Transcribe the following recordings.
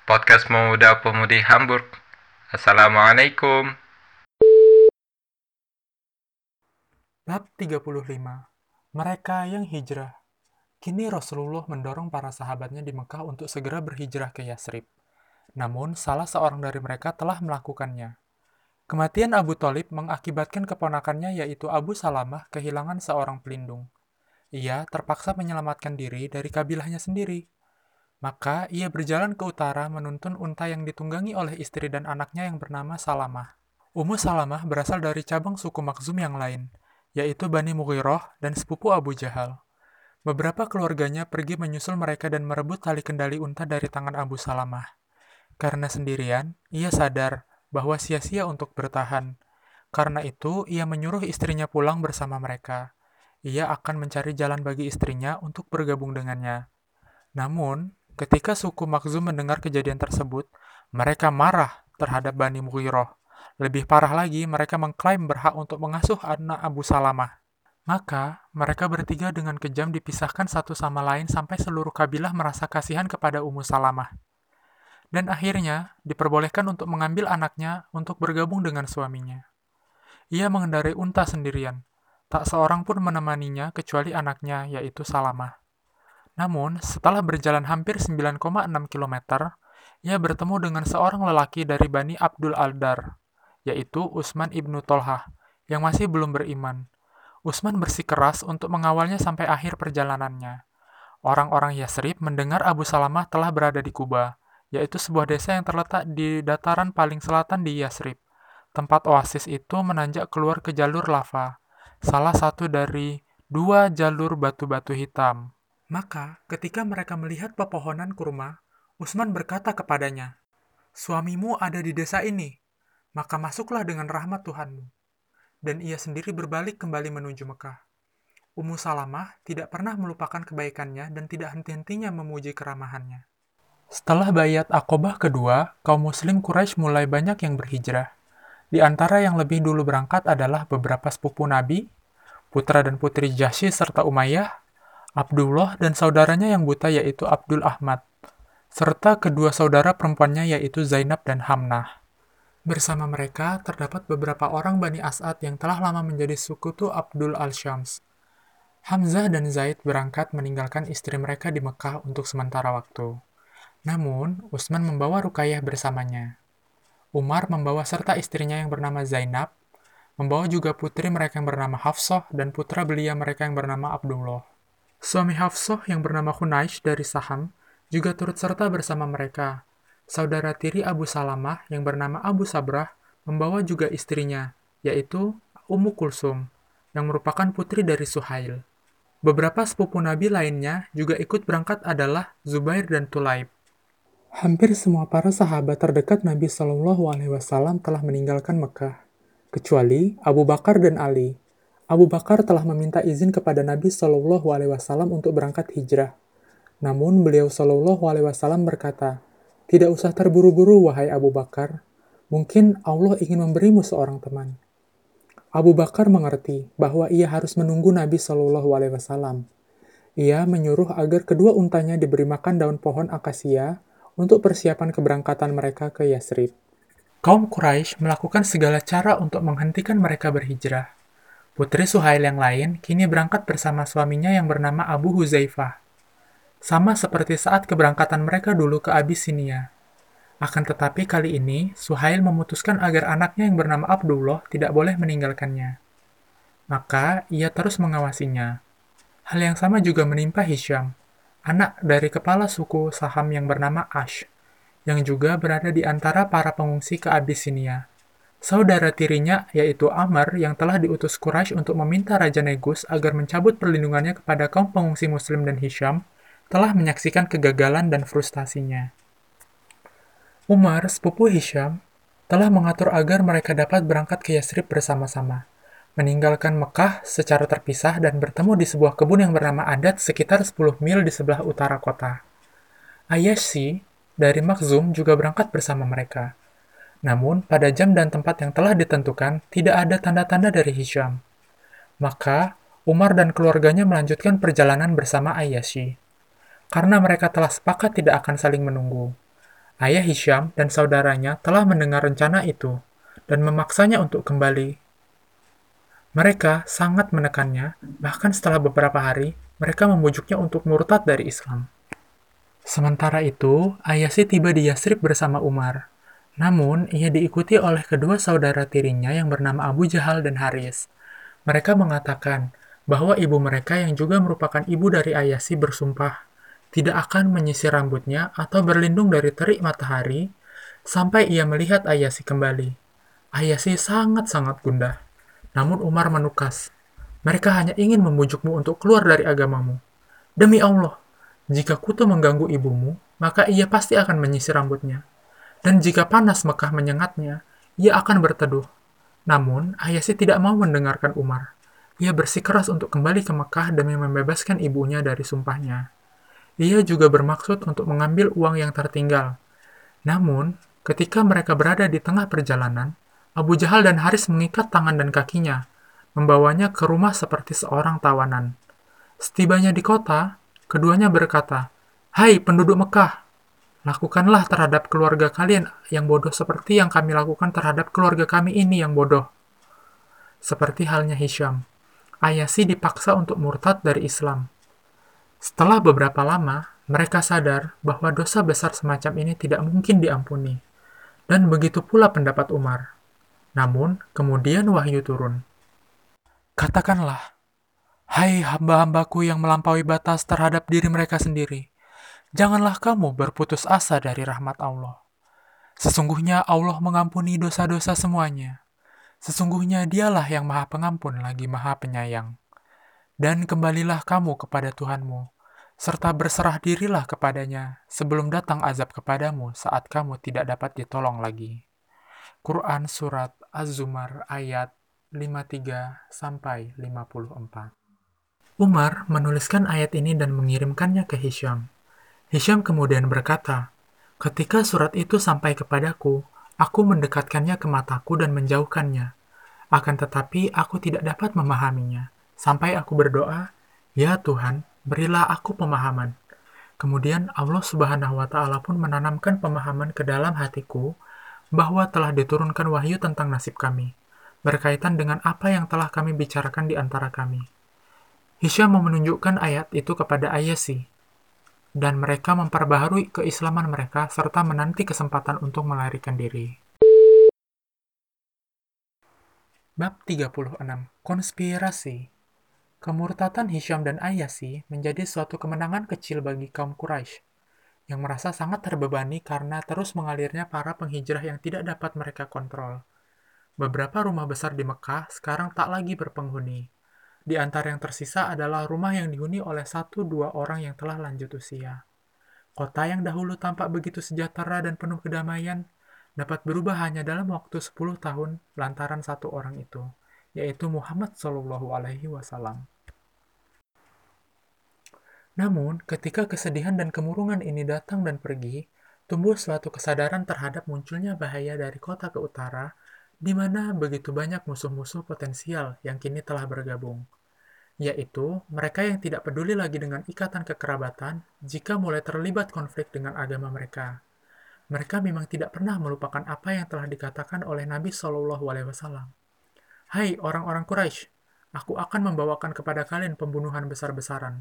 Podcast Pemuda Pemudi Hamburg. Assalamualaikum. Bab 35. Mereka yang hijrah. Kini Rasulullah mendorong para sahabatnya di Mekah untuk segera berhijrah ke Yatsrib. Namun, salah seorang dari mereka telah melakukannya. Kematian Abu Thalib mengakibatkan keponakannya yaitu Abu Salamah kehilangan seorang pelindung. Ia terpaksa menyelamatkan diri dari kabilahnya sendiri. Maka ia berjalan ke utara menuntun unta yang ditunggangi oleh istri dan anaknya yang bernama Salamah. Ummu Salamah berasal dari cabang suku Makhzum yang lain, yaitu Bani Mughirah dan sepupu Abu Jahal. Beberapa keluarganya pergi menyusul mereka dan merebut tali kendali unta dari tangan Abu Salamah. Karena sendirian, ia sadar bahwa sia-sia untuk bertahan. Karena itu, ia menyuruh istrinya pulang bersama mereka. Ia akan mencari jalan bagi istrinya untuk bergabung dengannya. Namun, ketika suku Makhzum mendengar kejadian tersebut, mereka marah terhadap Bani Mughirah. Lebih parah lagi, mereka mengklaim berhak untuk mengasuh anak Abu Salamah. Maka, mereka bertiga dengan kejam dipisahkan satu sama lain sampai seluruh kabilah merasa kasihan kepada Ummu Salamah. Dan akhirnya, diperbolehkan untuk mengambil anaknya untuk bergabung dengan suaminya. Ia mengendarai unta sendirian. Tak seorang pun menemaninya kecuali anaknya, yaitu Salamah. Namun, setelah berjalan hampir 9,6 km, ia bertemu dengan seorang lelaki dari Bani Abdul Aldar, yaitu Utsman ibnu Tolhah, yang masih belum beriman. Utsman bersikeras untuk mengawalnya sampai akhir perjalanannya. Orang-orang Yatsrib mendengar Abu Salamah telah berada di Kuba, yaitu sebuah desa yang terletak di dataran paling selatan di Yatsrib. Tempat oasis itu menanjak keluar ke jalur lava, salah satu dari dua jalur batu-batu hitam. Maka, ketika mereka melihat pepohonan kurma, Utsman berkata kepadanya, "Suamimu ada di desa ini, maka masuklah dengan rahmat Tuhanmu." Dan ia sendiri berbalik kembali menuju Mekah. Ummu Salamah tidak pernah melupakan kebaikannya dan tidak henti-hentinya memuji keramahannya. Setelah Baiat Aqobah kedua, kaum muslim Quraisy mulai banyak yang berhijrah. Di antara yang lebih dulu berangkat adalah beberapa sepupu Nabi, putra dan putri Jahsy serta Umayyah, Abdullah dan saudaranya yang buta yaitu Abdul Ahmad, serta kedua saudara perempuannya yaitu Zainab dan Hamnah. Bersama mereka terdapat beberapa orang Bani As'ad yang telah lama menjadi sekutu Abdul al-Syams. Hamzah dan Zaid berangkat meninggalkan istri mereka di Mekah untuk sementara waktu. Namun, Utsman membawa Ruqayyah bersamanya. Umar membawa serta istrinya yang bernama Zainab, membawa juga putri mereka yang bernama Hafsah dan putra belia mereka yang bernama Abdullah. Suami Hafsah yang bernama Hunaish dari Saham juga turut serta bersama mereka. Saudara tiri Abu Salamah yang bernama Abu Sabrah membawa juga istrinya, yaitu Ummu Kulsum, yang merupakan putri dari Suhail. Beberapa sepupu Nabi lainnya juga ikut berangkat adalah Zubair dan Tulaib. Hampir semua para sahabat terdekat Nabi Shallallahu Alaihi Wasallam telah meninggalkan Mekah, kecuali Abu Bakar dan Ali. Abu Bakar telah meminta izin kepada Nabi Shallallahu Alaihi Wasallam untuk berangkat hijrah. Namun beliau Shallallahu Alaihi Wasallam berkata, "Tidak usah terburu-buru, wahai Abu Bakar. Mungkin Allah ingin memberimu seorang teman." Abu Bakar mengerti bahwa ia harus menunggu Nabi Shallallahu Alaihi Wasallam. Ia menyuruh agar kedua untanya diberi makan daun pohon akasia untuk persiapan keberangkatan mereka ke Yatsrib. Kaum Quraisy melakukan segala cara untuk menghentikan mereka berhijrah. Putri Suhail yang lain kini berangkat bersama suaminya yang bernama Abu Huzaifah. Sama seperti saat keberangkatan mereka dulu ke Abyssinia. Akan tetapi kali ini, Suhail memutuskan agar anaknya yang bernama Abdullah tidak boleh meninggalkannya. Maka, ia terus mengawasinya. Hal yang sama juga menimpa Hisham, anak dari kepala suku Saham yang bernama Ash, yang juga berada di antara para pengungsi ke Abyssinia. Saudara tirinya, yaitu Amr, yang telah diutus Quraisy untuk meminta Raja Negus agar mencabut perlindungannya kepada kaum pengungsi Muslim dan Hisham, telah menyaksikan kegagalan dan frustasinya. Umar, sepupu Hisham, telah mengatur agar mereka dapat berangkat ke Yatsrib bersama-sama, meninggalkan Mekah secara terpisah dan bertemu di sebuah kebun yang bernama Adat sekitar 10 mil di sebelah utara kota. Ayyashi dari Makhzum juga berangkat bersama mereka. Namun, pada jam dan tempat yang telah ditentukan, tidak ada tanda-tanda dari Hisham. Maka, Umar dan keluarganya melanjutkan perjalanan bersama Ayyashi. Karena mereka telah sepakat tidak akan saling menunggu. Ayah Hisham dan saudaranya telah mendengar rencana itu dan memaksanya untuk kembali. Mereka sangat menekannya, bahkan setelah beberapa hari, mereka membujuknya untuk murtad dari Islam. Sementara itu, Ayasi tiba di Yasrib bersama Umar. Namun, ia diikuti oleh kedua saudara tirinya yang bernama Abu Jahal dan Haris. Mereka mengatakan bahwa ibu mereka yang juga merupakan ibu dari Ayasi bersumpah tidak akan menyisir rambutnya atau berlindung dari terik matahari sampai ia melihat Ayasi kembali. Ayasi sangat-sangat gundah. Namun Umar menukas, mereka hanya ingin membujukmu untuk keluar dari agamamu. Demi Allah, jika kutu mengganggu ibumu, maka ia pasti akan menyisir rambutnya. Dan jika panas Mekah menyengatnya, ia akan berteduh. Namun, Ayasi tidak mau mendengarkan Umar. Ia bersikeras untuk kembali ke Mekah demi membebaskan ibunya dari sumpahnya. Ia juga bermaksud untuk mengambil uang yang tertinggal. Namun, ketika mereka berada di tengah perjalanan, Abu Jahal dan Haris mengikat tangan dan kakinya, membawanya ke rumah seperti seorang tawanan. Setibanya di kota, keduanya berkata, "Hai penduduk Mekah, lakukanlah terhadap keluarga kalian yang bodoh seperti yang kami lakukan terhadap keluarga kami ini yang bodoh." Seperti halnya Hisham, Ayasi dipaksa untuk murtad dari Islam. Setelah beberapa lama, mereka sadar bahwa dosa besar semacam ini tidak mungkin diampuni. Dan begitu pula pendapat Umar. Namun, kemudian wahyu turun. Katakanlah, hai hamba-hambaku yang melampaui batas terhadap diri mereka sendiri, janganlah kamu berputus asa dari rahmat Allah. Sesungguhnya Allah mengampuni dosa-dosa semuanya. Sesungguhnya dialah yang maha pengampun lagi maha penyayang. Dan kembalilah kamu kepada Tuhanmu, serta berserah dirilah kepadanya sebelum datang azab kepadamu saat kamu tidak dapat ditolong lagi. Quran Surat Az-Zumar ayat 53-54. Umar menuliskan ayat ini dan mengirimkannya ke Hisham. Hisham kemudian berkata, "Ketika surat itu sampai kepadaku, aku mendekatkannya ke mataku dan menjauhkannya. Akan tetapi aku tidak dapat memahaminya. Sampai aku berdoa, 'Ya Tuhan, berilah aku pemahaman.' Kemudian Allah Subhanahu wa Ta'ala pun menanamkan pemahaman ke dalam hatiku bahwa telah diturunkan wahyu tentang nasib kami, berkaitan dengan apa yang telah kami bicarakan di antara kami." Hisham menunjukkan ayat itu kepada Ayasi, dan mereka memperbaharui keislaman mereka serta menanti kesempatan untuk melarikan diri. Bab 36. Konspirasi. Kemurtatan Hisham dan Ayasi menjadi suatu kemenangan kecil bagi kaum Quraisy yang merasa sangat terbebani karena terus mengalirnya para penghijrah yang tidak dapat mereka kontrol. Beberapa rumah besar di Mekah sekarang tak lagi berpenghuni. Di antara yang tersisa adalah rumah yang dihuni oleh 1-2 orang yang telah lanjut usia. Kota yang dahulu tampak begitu sejahtera dan penuh kedamaian dapat berubah hanya dalam waktu 10 tahun lantaran satu orang itu, yaitu Muhammad Shallallahu Alaihi Wasallam. Namun, ketika kesedihan dan kemurungan ini datang dan pergi, tumbuh suatu kesadaran terhadap munculnya bahaya dari kota ke utara, di mana begitu banyak musuh-musuh potensial yang kini telah bergabung, yaitu mereka yang tidak peduli lagi dengan ikatan kekerabatan jika mulai terlibat konflik dengan agama mereka. Mereka memang tidak pernah melupakan apa yang telah dikatakan oleh Nabi Shallallahu Alaihi Wasallam. Hai orang-orang Quraisy, aku akan membawakan kepada kalian pembunuhan besar-besaran.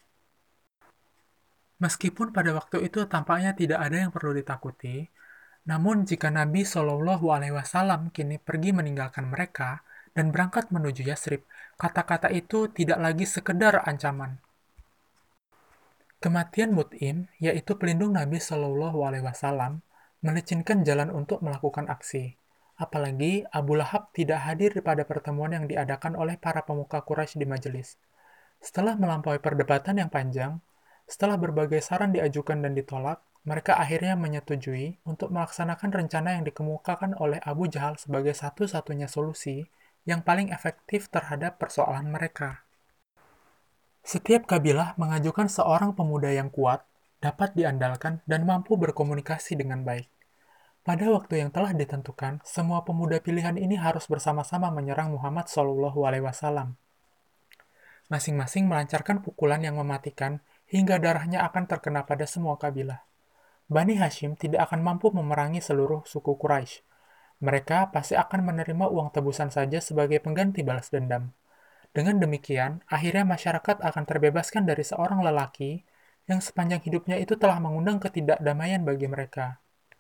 Meskipun pada waktu itu tampaknya tidak ada yang perlu ditakuti, namun jika Nabi Shallallahu Alaihi Wasallam kini pergi meninggalkan mereka dan berangkat menuju Yasrib, kata-kata itu tidak lagi sekedar ancaman. Kematian Mut'im, yaitu pelindung Nabi Shallallahu Alaihi Wasallam, melicinkan jalan untuk melakukan aksi. Apalagi Abu Lahab tidak hadir pada pertemuan yang diadakan oleh para pemuka Quraisy di majelis. Setelah melampaui perdebatan yang panjang, setelah berbagai saran diajukan dan ditolak, mereka akhirnya menyetujui untuk melaksanakan rencana yang dikemukakan oleh Abu Jahal sebagai satu-satunya solusi yang paling efektif terhadap persoalan mereka. Setiap kabilah mengajukan seorang pemuda yang kuat, dapat diandalkan, dan mampu berkomunikasi dengan baik. Pada waktu yang telah ditentukan, semua pemuda pilihan ini harus bersama-sama menyerang Muhammad SAW. Masing-masing melancarkan pukulan yang mematikan hingga darahnya akan terkena pada semua kabilah. Bani Hashim tidak akan mampu memerangi seluruh suku Quraisy. Mereka pasti akan menerima uang tebusan saja sebagai pengganti balas dendam. Dengan demikian, akhirnya masyarakat akan terbebaskan dari seorang lelaki yang sepanjang hidupnya itu telah mengundang ketidakdamaian bagi mereka.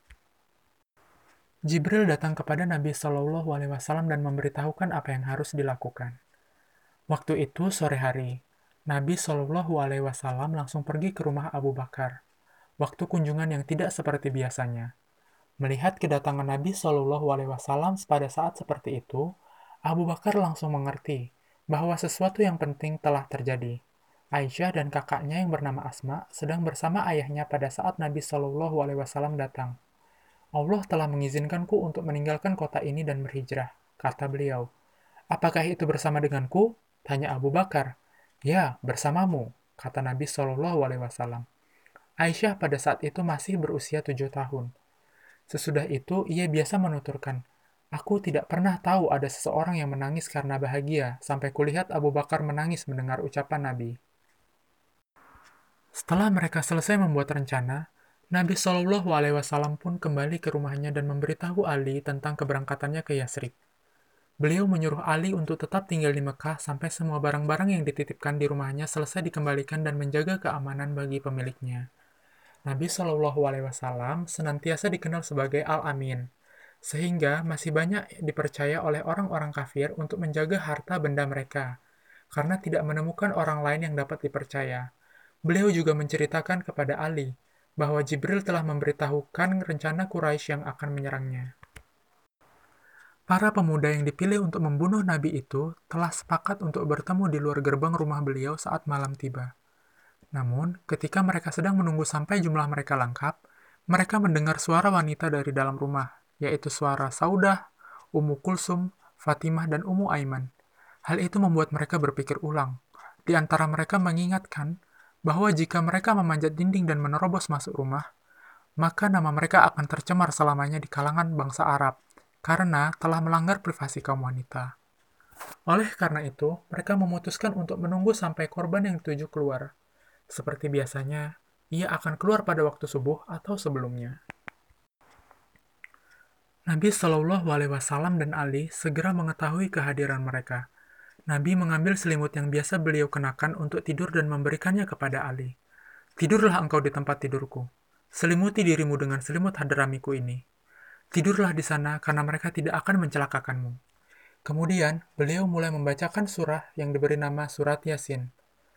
Jibril datang kepada Nabi Shallallahu Alaihi Wasallam dan memberitahukan apa yang harus dilakukan. Waktu itu sore hari, Nabi Shallallahu Alaihi Wasallam langsung pergi ke rumah Abu Bakar. Waktu kunjungan yang tidak seperti biasanya. Melihat kedatangan Nabi Shallallahu Alaihi Wasallam pada saat seperti itu, Abu Bakar langsung mengerti bahwa sesuatu yang penting telah terjadi. Aisyah dan kakaknya yang bernama Asma sedang bersama ayahnya pada saat Nabi Shallallahu Alaihi Wasallam datang. Allah telah mengizinkanku untuk meninggalkan kota ini dan berhijrah, kata beliau. Apakah itu bersama denganku? Tanya Abu Bakar. Ya, bersamamu, kata Nabi Shallallahu Alaihi Wasallam. Aisyah pada saat itu masih berusia 7 tahun. Sesudah itu, ia biasa menuturkan, "Aku tidak pernah tahu ada seseorang yang menangis karena bahagia, sampai kulihat Abu Bakar menangis mendengar ucapan Nabi." Setelah mereka selesai membuat rencana, Nabi Shallallahu Alaihi Wasallam pun kembali ke rumahnya dan memberitahu Ali tentang keberangkatannya ke Yasrib. Beliau menyuruh Ali untuk tetap tinggal di Mekah sampai semua barang-barang yang dititipkan di rumahnya selesai dikembalikan dan menjaga keamanan bagi pemiliknya. Nabi Shallallahu Alaihi Wasallam senantiasa dikenal sebagai Al-Amin, sehingga masih banyak dipercaya oleh orang-orang kafir untuk menjaga harta benda mereka, karena tidak menemukan orang lain yang dapat dipercaya. Beliau juga menceritakan kepada Ali bahwa Jibril telah memberitahukan rencana Quraisy yang akan menyerangnya. Para pemuda yang dipilih untuk membunuh Nabi itu telah sepakat untuk bertemu di luar gerbang rumah beliau saat malam tiba. Namun, ketika mereka sedang menunggu sampai jumlah mereka lengkap, mereka mendengar suara wanita dari dalam rumah, yaitu suara Saudah, Ummu Kulsum, Fatimah, dan Ummu Aiman. Hal itu membuat mereka berpikir ulang. Di antara mereka mengingatkan bahwa jika mereka memanjat dinding dan menerobos masuk rumah, maka nama mereka akan tercemar selamanya di kalangan bangsa Arab, karena telah melanggar privasi kaum wanita. Oleh karena itu, mereka memutuskan untuk menunggu sampai korban yang dituju keluar. Seperti biasanya, ia akan keluar pada waktu subuh atau sebelumnya. Nabi Shallallahu Alaihi Wasallam dan Ali segera mengetahui kehadiran mereka. Nabi mengambil selimut yang biasa beliau kenakan untuk tidur dan memberikannya kepada Ali. Tidurlah engkau di tempat tidurku. Selimuti dirimu dengan selimut hadramiku ini. Tidurlah di sana karena mereka tidak akan mencelakakanmu. Kemudian, beliau mulai membacakan surah yang diberi nama Surat Yasin.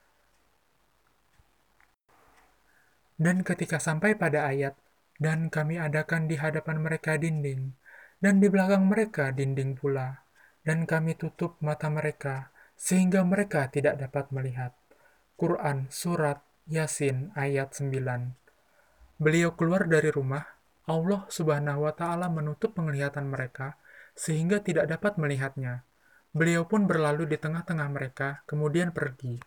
Dan ketika sampai pada ayat, dan kami adakan di hadapan mereka dinding, dan di belakang mereka dinding pula, dan kami tutup mata mereka, sehingga mereka tidak dapat melihat. Quran Surat Yasin ayat 9. Beliau keluar dari rumah, Allah Subhanahu wa Ta'ala menutup penglihatan mereka, sehingga tidak dapat melihatnya. Beliau pun berlalu di tengah-tengah mereka, kemudian pergi.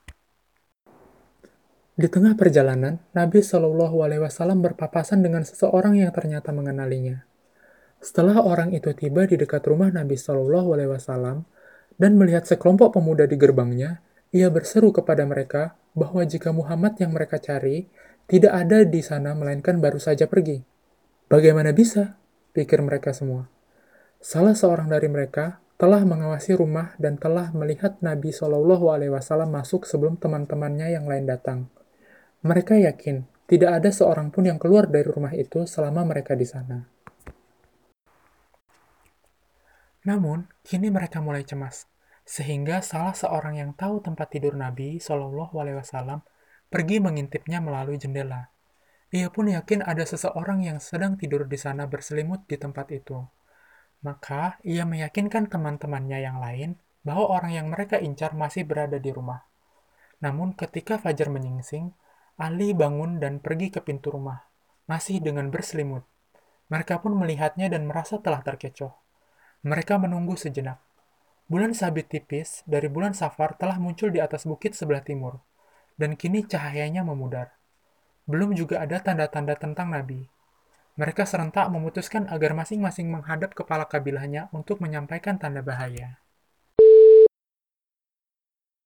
Di tengah perjalanan, Nabi Shallallahu Alaihi Wasallam berpapasan dengan seseorang yang ternyata mengenalinya. Setelah orang itu tiba di dekat rumah Nabi Shallallahu Alaihi Wasallam dan melihat sekelompok pemuda di gerbangnya, ia berseru kepada mereka bahwa jika Muhammad yang mereka cari tidak ada di sana melainkan baru saja pergi. Bagaimana bisa? Pikir mereka semua. Salah seorang dari mereka telah mengawasi rumah dan telah melihat Nabi Shallallahu Alaihi Wasallam masuk sebelum teman-temannya yang lain datang. Mereka yakin tidak ada seorang pun yang keluar dari rumah itu selama mereka di sana. Namun, kini mereka mulai cemas, sehingga salah seorang yang tahu tempat tidur Nabi Shallallahu Alaihi Wasallam pergi mengintipnya melalui jendela. Ia pun yakin ada seseorang yang sedang tidur di sana berselimut di tempat itu. Maka, ia meyakinkan teman-temannya yang lain bahwa orang yang mereka incar masih berada di rumah. Namun, ketika fajar menyingsing, Ali bangun dan pergi ke pintu rumah, masih dengan berselimut. Mereka pun melihatnya dan merasa telah terkecoh. Mereka menunggu sejenak. Bulan sabit tipis dari bulan Safar telah muncul di atas bukit sebelah timur, dan kini cahayanya memudar. Belum juga ada tanda-tanda tentang Nabi. Mereka serentak memutuskan agar masing-masing menghadap kepala kabilahnya untuk menyampaikan tanda bahaya.